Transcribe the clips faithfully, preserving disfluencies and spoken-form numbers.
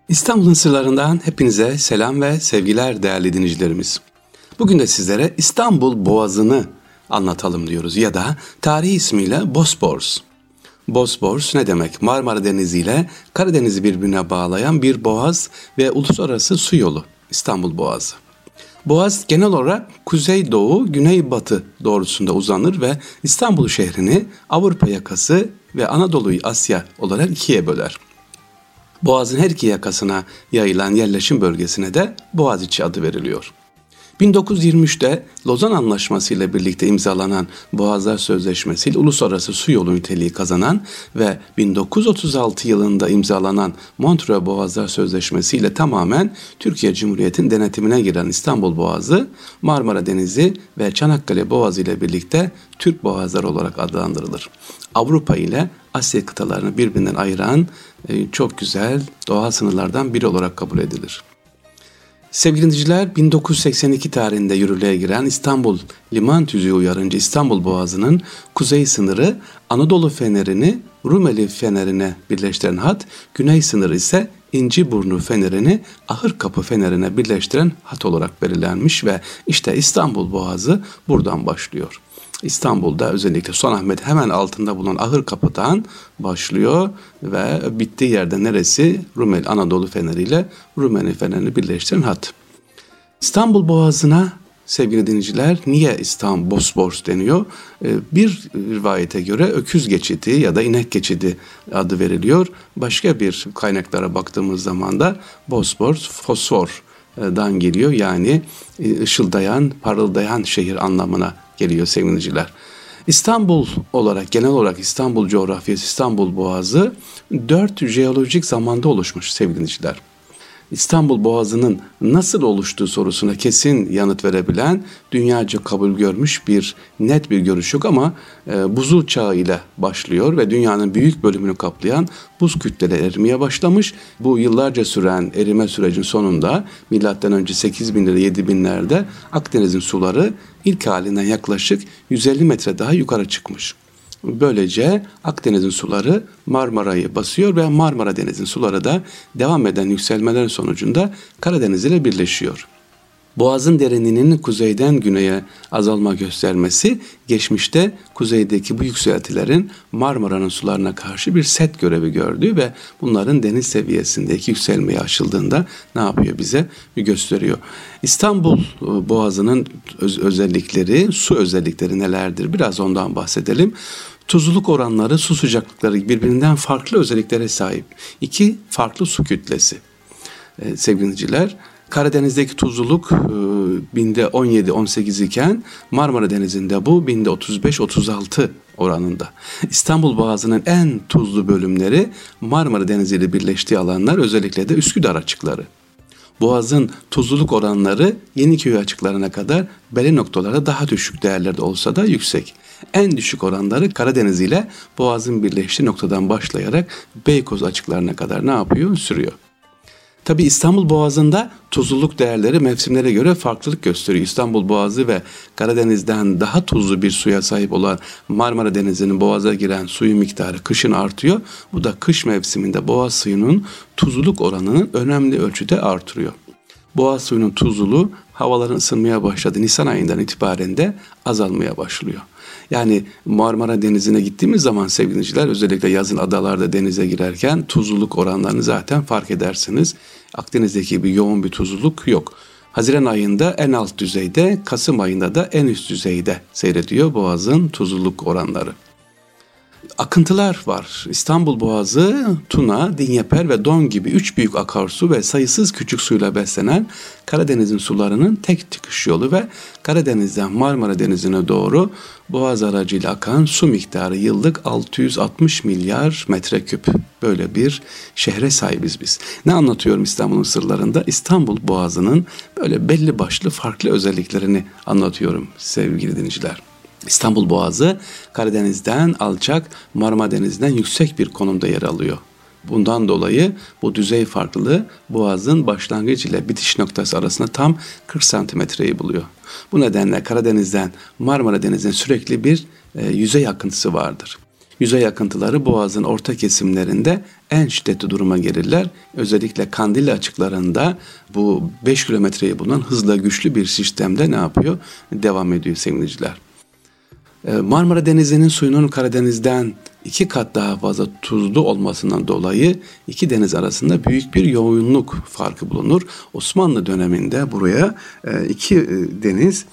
İstanbul'un sırlarından hepinize selam ve sevgiler değerli dinleyicilerimiz. Bugün de sizlere İstanbul Boğazı'nı anlatalım diyoruz ya da tarihi ismiyle Bosporus. Bosporus ne demek? Marmara Denizi ile Karadeniz'i birbirine bağlayan bir boğaz ve uluslararası su yolu İstanbul Boğazı. Boğaz genel olarak kuzeydoğu, güneybatı doğrultusunda uzanır ve İstanbul şehrini Avrupa yakası ve Anadolu'yu Asya olarak ikiye böler. Boğaz'ın her iki yakasına yayılan yerleşim bölgesine de Boğaziçi adı veriliyor. bin dokuz yüz yirmi üçte Lozan Anlaşması ile birlikte imzalanan Boğazlar Sözleşmesi ile uluslararası su yolu niteliği kazanan ve bin dokuz yüz otuz altı yılında imzalanan Montreux Boğazlar Sözleşmesi ile tamamen Türkiye Cumhuriyeti'nin denetimine giren İstanbul Boğazı, Marmara Denizi ve Çanakkale Boğazı ile birlikte Türk Boğazları olarak adlandırılır. Avrupa ile Asya kıtalarını birbirinden ayıran çok güzel doğal sınırlardan biri olarak kabul edilir. Sevgili dinleyiciler, bin dokuz yüz seksen iki tarihinde yürürlüğe giren İstanbul Liman Tüzüğü uyarınca İstanbul Boğazı'nın kuzey sınırı Anadolu Feneri'ni Rumeli Feneri'ne birleştiren hat, güney sınırı ise İnciburnu Feneri'ni Ahırkapı Feneri'ne birleştiren hat olarak belirlenmiş ve işte İstanbul Boğazı buradan başlıyor. İstanbul'da özellikle Sultanahmet hemen altında bulunan Ahırkapı'dan başlıyor ve bittiği yerde neresi? Rumeli Anadolu Feneri ile Rumeli Feneri'ni birleştiren hat. İstanbul Boğazı'na sevgili dinleyiciler niye İstanbul Bosporus deniyor? Bir rivayete göre öküz geçidi ya da inek geçidi adı veriliyor. Başka bir kaynaklara baktığımız zaman da Bosporus fosfordan geliyor. Yani ışıldayan, parıldayan şehir anlamına geliyor sevgili dinleyiciler. İstanbul olarak, genel olarak İstanbul coğrafyası, İstanbul Boğazı dört jeolojik zamanda oluşmuş sevgili dinleyiciler. İstanbul Boğazı'nın nasıl oluştuğu sorusuna kesin yanıt verebilen, dünyaca kabul görmüş bir net bir görüş yok ama e, buzul çağı ile başlıyor ve dünyanın büyük bölümünü kaplayan buz kütleleri erimeye başlamış. Bu yıllarca süren erime sürecin sonunda milattan önce sekiz bin ile yedi binlerde Akdeniz'in suları ilk halinden yaklaşık yüz elli metre daha yukarı çıkmış. Böylece Akdeniz'in suları Marmara'yı basıyor ve Marmara Denizi'nin suları da devam eden yükselmeler sonucunda Karadeniz ile birleşiyor. Boğazın derinliğinin kuzeyden güneye azalma göstermesi, geçmişte kuzeydeki bu yükseltilerin Marmara'nın sularına karşı bir set görevi gördüğü ve bunların deniz seviyesindeki yükselmeye aşıldığında ne yapıyor bize gösteriyor. İstanbul Boğazı'nın öz- özellikleri, su özellikleri nelerdir? Biraz ondan bahsedelim. Tuzluluk oranları, su sıcaklıkları birbirinden farklı özelliklere sahip. İki farklı su kütlesi. Ee, sevgili dinleyiciler, Karadeniz'deki tuzluluk e, binde on yedi on sekiz iken Marmara Denizi'nde bu binde otuz beş otuz altı oranında. İstanbul Boğazı'nın en tuzlu bölümleri Marmara Denizi ile birleştiği alanlar, özellikle de Üsküdar açıkları. Boğazın tuzluluk oranları Yeniköy açıklarına kadar belli noktalarda daha düşük değerlerde olsa da yüksek. En düşük oranları Karadeniz ile Boğaz'ın birleştiği noktadan başlayarak Beykoz açıklarına kadar ne yapıyor? Sürüyor. Tabii İstanbul Boğazı'nda tuzluluk değerleri mevsimlere göre farklılık gösteriyor. İstanbul Boğazı ve Karadeniz'den daha tuzlu bir suya sahip olan Marmara Denizi'nin boğaza giren suyu miktarı kışın artıyor. Bu da kış mevsiminde boğaz suyunun tuzluluk oranını önemli ölçüde artırıyor. Boğaz suyunun tuzluluğu havaların ısınmaya başladığı Nisan ayından itibaren de azalmaya başlıyor. Yani Marmara Denizi'ne gittiğimiz zaman sevgili dinleyiciler, özellikle yazın adalarda denize girerken tuzluluk oranlarını zaten fark edersiniz. Akdeniz'deki gibi yoğun bir tuzluluk yok. Haziran ayında en alt düzeyde, Kasım ayında da en üst düzeyde seyrediyor Boğaz'ın tuzluluk oranları. Akıntılar var. İstanbul Boğazı, Tuna, Dinyeper ve Don gibi üç büyük akarsu ve sayısız küçük suyla beslenen Karadeniz'in sularının tek çıkış yolu ve Karadeniz'den Marmara Denizi'ne doğru Boğaz aracıyla akan su miktarı yıllık altı yüz altmış milyar metreküp. Böyle bir şehre sahibiz biz. Ne anlatıyorum İstanbul'un sırlarında? İstanbul Boğazı'nın böyle belli başlı farklı özelliklerini anlatıyorum sevgili dinleyiciler. İstanbul Boğazı Karadeniz'den alçak, Marmara Denizi'nden yüksek bir konumda yer alıyor. Bundan dolayı bu düzey farklılığı Boğaz'ın başlangıç ile bitiş noktası arasında tam kırk santimetreyi buluyor. Bu nedenle Karadeniz'den Marmara Denizi'ne sürekli bir e, yüzey akıntısı vardır. Yüzey akıntıları boğazın orta kesimlerinde en şiddetli duruma gelirler. Özellikle Kandilli açıklarında bu beş kilometreyi bulan hızla güçlü bir sistemde ne yapıyor? Devam ediyor sevgiliciler. Marmara Denizi'nin suyunun Karadeniz'den iki kat daha fazla tuzlu olmasından dolayı iki deniz arasında büyük bir yoğunluk farkı bulunur. Osmanlı döneminde buraya iki deniz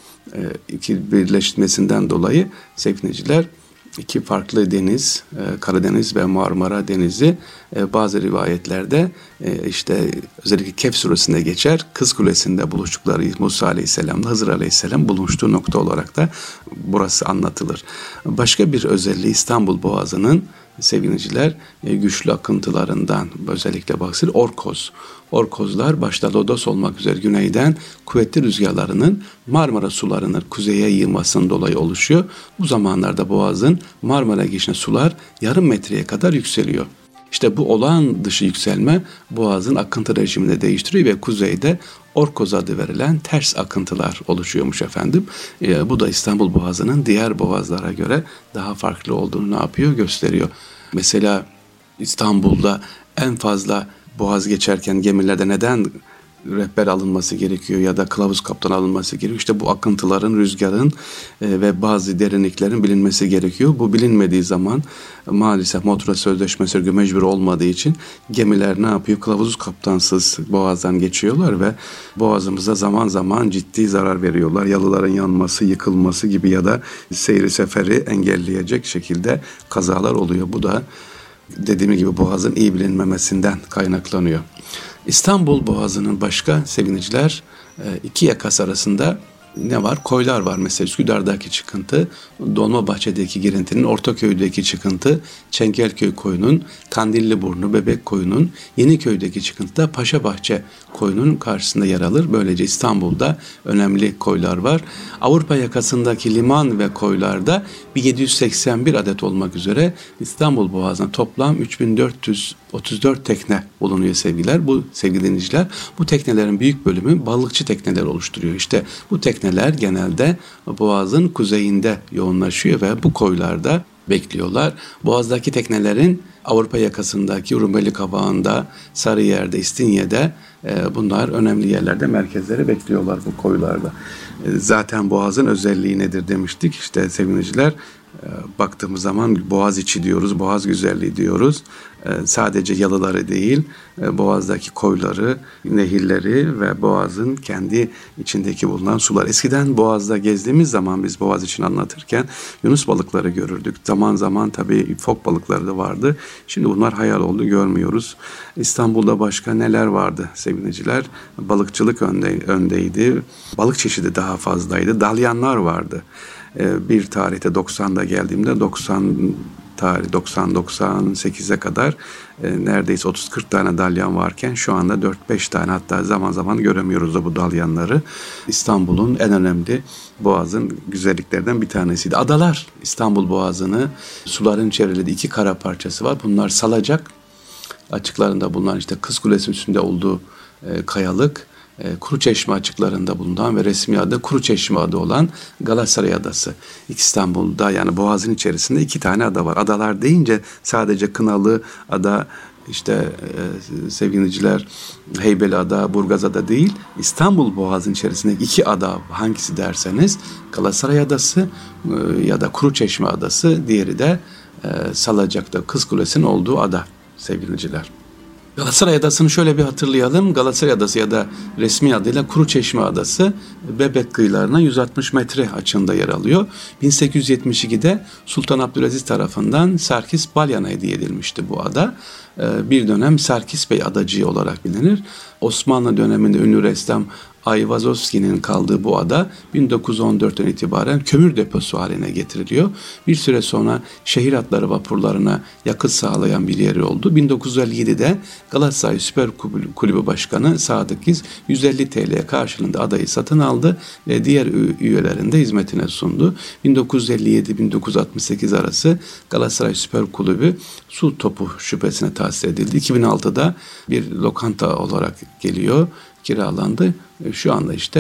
iki birleşmesinden dolayı sevgiliciler iki farklı deniz, Karadeniz ve Marmara Denizi bazı rivayetlerde işte özellikle Kehf suresinde geçer. Kız Kulesi'nde buluştukları Musa Aleyhisselam'la Hızır Aleyhisselam buluştuğu nokta olarak da burası anlatılır. Başka bir özelliği İstanbul Boğazı'nın sevgiliciler güçlü akıntılarından özellikle bahsedilir. Orkoz. Orkozlar başta Lodos olmak üzere güneyden kuvvetli rüzgarlarının Marmara sularının kuzeye yığmasından dolayı oluşuyor. Bu zamanlarda Boğaz'ın Marmara girişine sular yarım metreye kadar yükseliyor. İşte bu olağan dışı yükselme Boğaz'ın akıntı rejimini değiştiriyor ve kuzeyde Orkoz adı verilen ters akıntılar oluşuyormuş efendim. E, bu da İstanbul Boğazı'nın diğer boğazlara göre daha farklı olduğunu ne yapıyor? Gösteriyor. Mesela İstanbul'da en fazla boğaz geçerken gemilerde neden rehber alınması gerekiyor ya da kılavuz kaptan alınması gerekiyor? İşte bu akıntıların, rüzgarın e, ve bazı derinliklerin bilinmesi gerekiyor. Bu bilinmediği zaman maalesef motora sözleşmesi mecbur olmadığı için gemiler ne yapıyor? Kılavuz kaptansız boğazdan geçiyorlar ve boğazımıza zaman zaman ciddi zarar veriyorlar. Yalıların yanması, yıkılması gibi ya da seyri seferi engelleyecek şekilde kazalar oluyor. Bu da dediğim gibi boğazın iyi bilinmemesinden kaynaklanıyor. İstanbul Boğazı'nın başka sevgiliciler iki yakası arasında ne var? Koylar var mesela. Üsküdar'daki çıkıntı, Dolmabahçe'deki girintinin, Ortaköy'deki çıkıntı, Çengelköy koyunun, Kandilliburnu, Bebek koyunun, Yeniköy'deki çıkıntı da Paşabahçe koyunun karşısında yer alır. Böylece İstanbul'da önemli koylar var. Avrupa yakasındaki liman ve koylarda bin yedi yüz seksen bir adet olmak üzere İstanbul Boğazı'na toplam üç bin dört yüz otuz dört tekne bulunuyor sevgiler. Bu sevgili dinleyiciler, bu teknelerin büyük bölümü balıkçı tekneler oluşturuyor. İşte bu tekneler genelde Boğaz'ın kuzeyinde yoğunlaşıyor ve bu koylarda bekliyorlar. Boğaz'daki teknelerin Avrupa yakasındaki Rumeli Kavağı'nda, Sarıyer'de, İstinye'de e, bunlar önemli yerlerde, merkezleri bekliyorlar bu koylarda. E, zaten Boğaz'ın özelliği nedir demiştik. İşte sevgiliciler, e, baktığımız zaman Boğaz içi diyoruz, Boğaz güzelliği diyoruz. E, sadece yalıları değil, e, Boğaz'daki koyları, nehirleri ve Boğaz'ın kendi içindeki bulunan sular. Eskiden Boğaz'da gezdiğimiz zaman biz Boğaz için anlatırken yunus balıkları görürdük. Zaman zaman tabii fok balıkları da vardı. Şimdi bunlar hayal oldu, görmüyoruz. İstanbul'da başka neler vardı sevgiliciler? Balıkçılık önde, öndeydi. Balık çeşidi daha fazlaydı. Dalyanlar vardı. Ee, bir tarihte doksanda geldiğimde doksan tarih doksan doksan sekize kadar e, neredeyse otuz kırk tane dalyan varken şu anda dört beş tane, hatta zaman zaman göremiyoruz da bu dalyanları. İstanbul'un en önemli boğazın güzelliklerden bir tanesiydi. Adalar, İstanbul Boğazı'nı suların çevrelediği iki kara parçası var. Bunlar Salacak açıklarında bulunan, işte Kız Kulesi üstünde olduğu e, kayalık, e, Kuruçeşme açıklarında bulunan ve resmi adı Kuruçeşme adı olan Galatasaray Adası. İstanbul'da, yani Boğaz'ın içerisinde iki tane ada var. Adalar deyince sadece Kınalı Ada, işte e, sevgiliciler Heybeliada, Burgazada değil, İstanbul Boğazı'nın içerisindeki iki ada hangisi derseniz Galatasaray Adası e, ya da Kuruçeşme Adası, diğeri de e, Salacak'ta Kız Kulesi'nin olduğu ada sevgiliciler. Galatasaray Adası'nı şöyle bir hatırlayalım. Galatasaray Adası ya da resmi adıyla Kuruçeşme Adası Bebek kıyılarına yüz altmış metre açığında yer alıyor. bin sekiz yüz yetmiş ikide Sultan Abdülaziz tarafından Serkis Balyan'a hediye edilmişti bu ada. Bir dönem Serkis Bey adacığı olarak bilinir. Osmanlı döneminde ünlü ressam Ayvazovski'nin kaldığı bu ada bin dokuz yüz on dörtten itibaren kömür deposu haline getiriliyor. Bir süre sonra şehir hatları vapurlarına yakıt sağlayan bir yeri oldu. bin dokuz yüz elli yedide Galatasaray Süper Kulübü Başkanı Sadık Giz yüz elli TL karşılığında adayı satın aldı ve diğer üyelerin de hizmetine sundu. bin dokuz yüz elli yedi bin dokuz yüz altmış sekiz arası Galatasaray Süper Kulübü su topu şubesine tahsis edildi. iki bin altıda bir lokanta olarak geliyor, kiralandı. Şu anda işte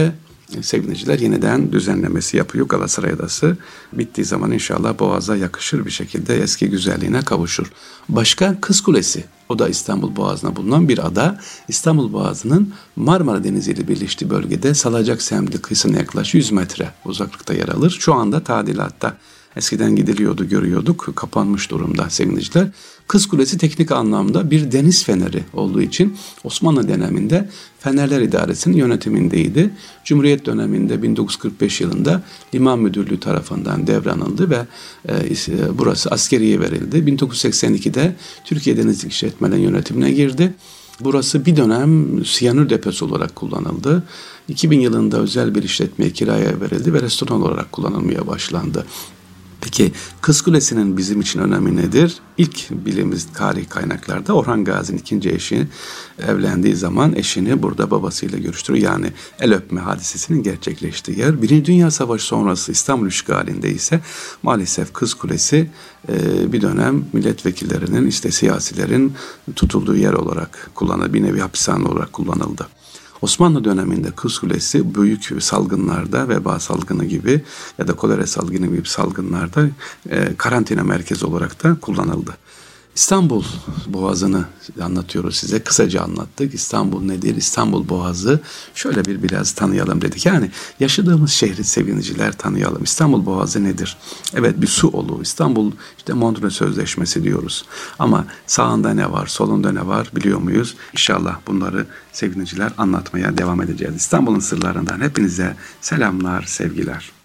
sevgiliciler yeniden düzenlemesi yapıyor Galatasaray Adası. Bittiği zaman inşallah Boğaz'a yakışır bir şekilde eski güzelliğine kavuşur. Başka Kız Kulesi. O da İstanbul Boğazı'na bulunan bir ada. İstanbul Boğazı'nın Marmara Denizi ile birleştiği bölgede Salacak semti kıyısına yaklaşık yüz metre uzaklıkta yer alır. Şu anda tadilatta. Eskiden gidiliyordu, görüyorduk. Kapanmış durumda sevgiliciler. Kız Kulesi teknik anlamda bir deniz feneri olduğu için Osmanlı döneminde Fenerler İdaresi'nin yönetimindeydi. Cumhuriyet döneminde bin dokuz yüz kırk beş yılında Liman Müdürlüğü tarafından devranıldı ve e, burası askeriye verildi. bin dokuz yüz seksen ikide Türkiye Denizcilik İşletmeleri yönetimine girdi. Burası bir dönem siyanür deposu olarak kullanıldı. iki bin yılında özel bir işletmeye kiraya verildi ve restoran olarak kullanılmaya başlandı. Peki Kız Kulesi'nin bizim için önemi nedir? İlk bildiğimiz tarih kaynaklarda Orhan Gazi'nin ikinci eşi evlendiği zaman eşini burada babasıyla görüştürüyor. Yani el öpme hadisesinin gerçekleştiği yer. Birinci Dünya Savaşı sonrası İstanbul işgalinde ise maalesef Kız Kulesi bir dönem milletvekillerinin, işte siyasilerin tutulduğu yer olarak kullanıldı. Bir nevi hapishane olarak kullanıldı. Osmanlı döneminde Kız Kulesi büyük salgınlarda, veba salgını gibi ya da kolera salgını gibi salgınlarda e, karantina merkezi olarak da kullanıldı. İstanbul Boğazı'nı anlatıyoruz size. Kısaca anlattık. İstanbul nedir? İstanbul Boğazı. Şöyle bir biraz tanıyalım dedik. Yani yaşadığımız şehri sevgiliciler tanıyalım. İstanbul Boğazı nedir? Evet, bir su olu. İstanbul işte Mondros Sözleşmesi diyoruz. Ama sağında ne var, solunda ne var biliyor muyuz? İnşallah bunları sevgiliciler anlatmaya devam edeceğiz. İstanbul'un sırlarından hepinize selamlar, sevgiler.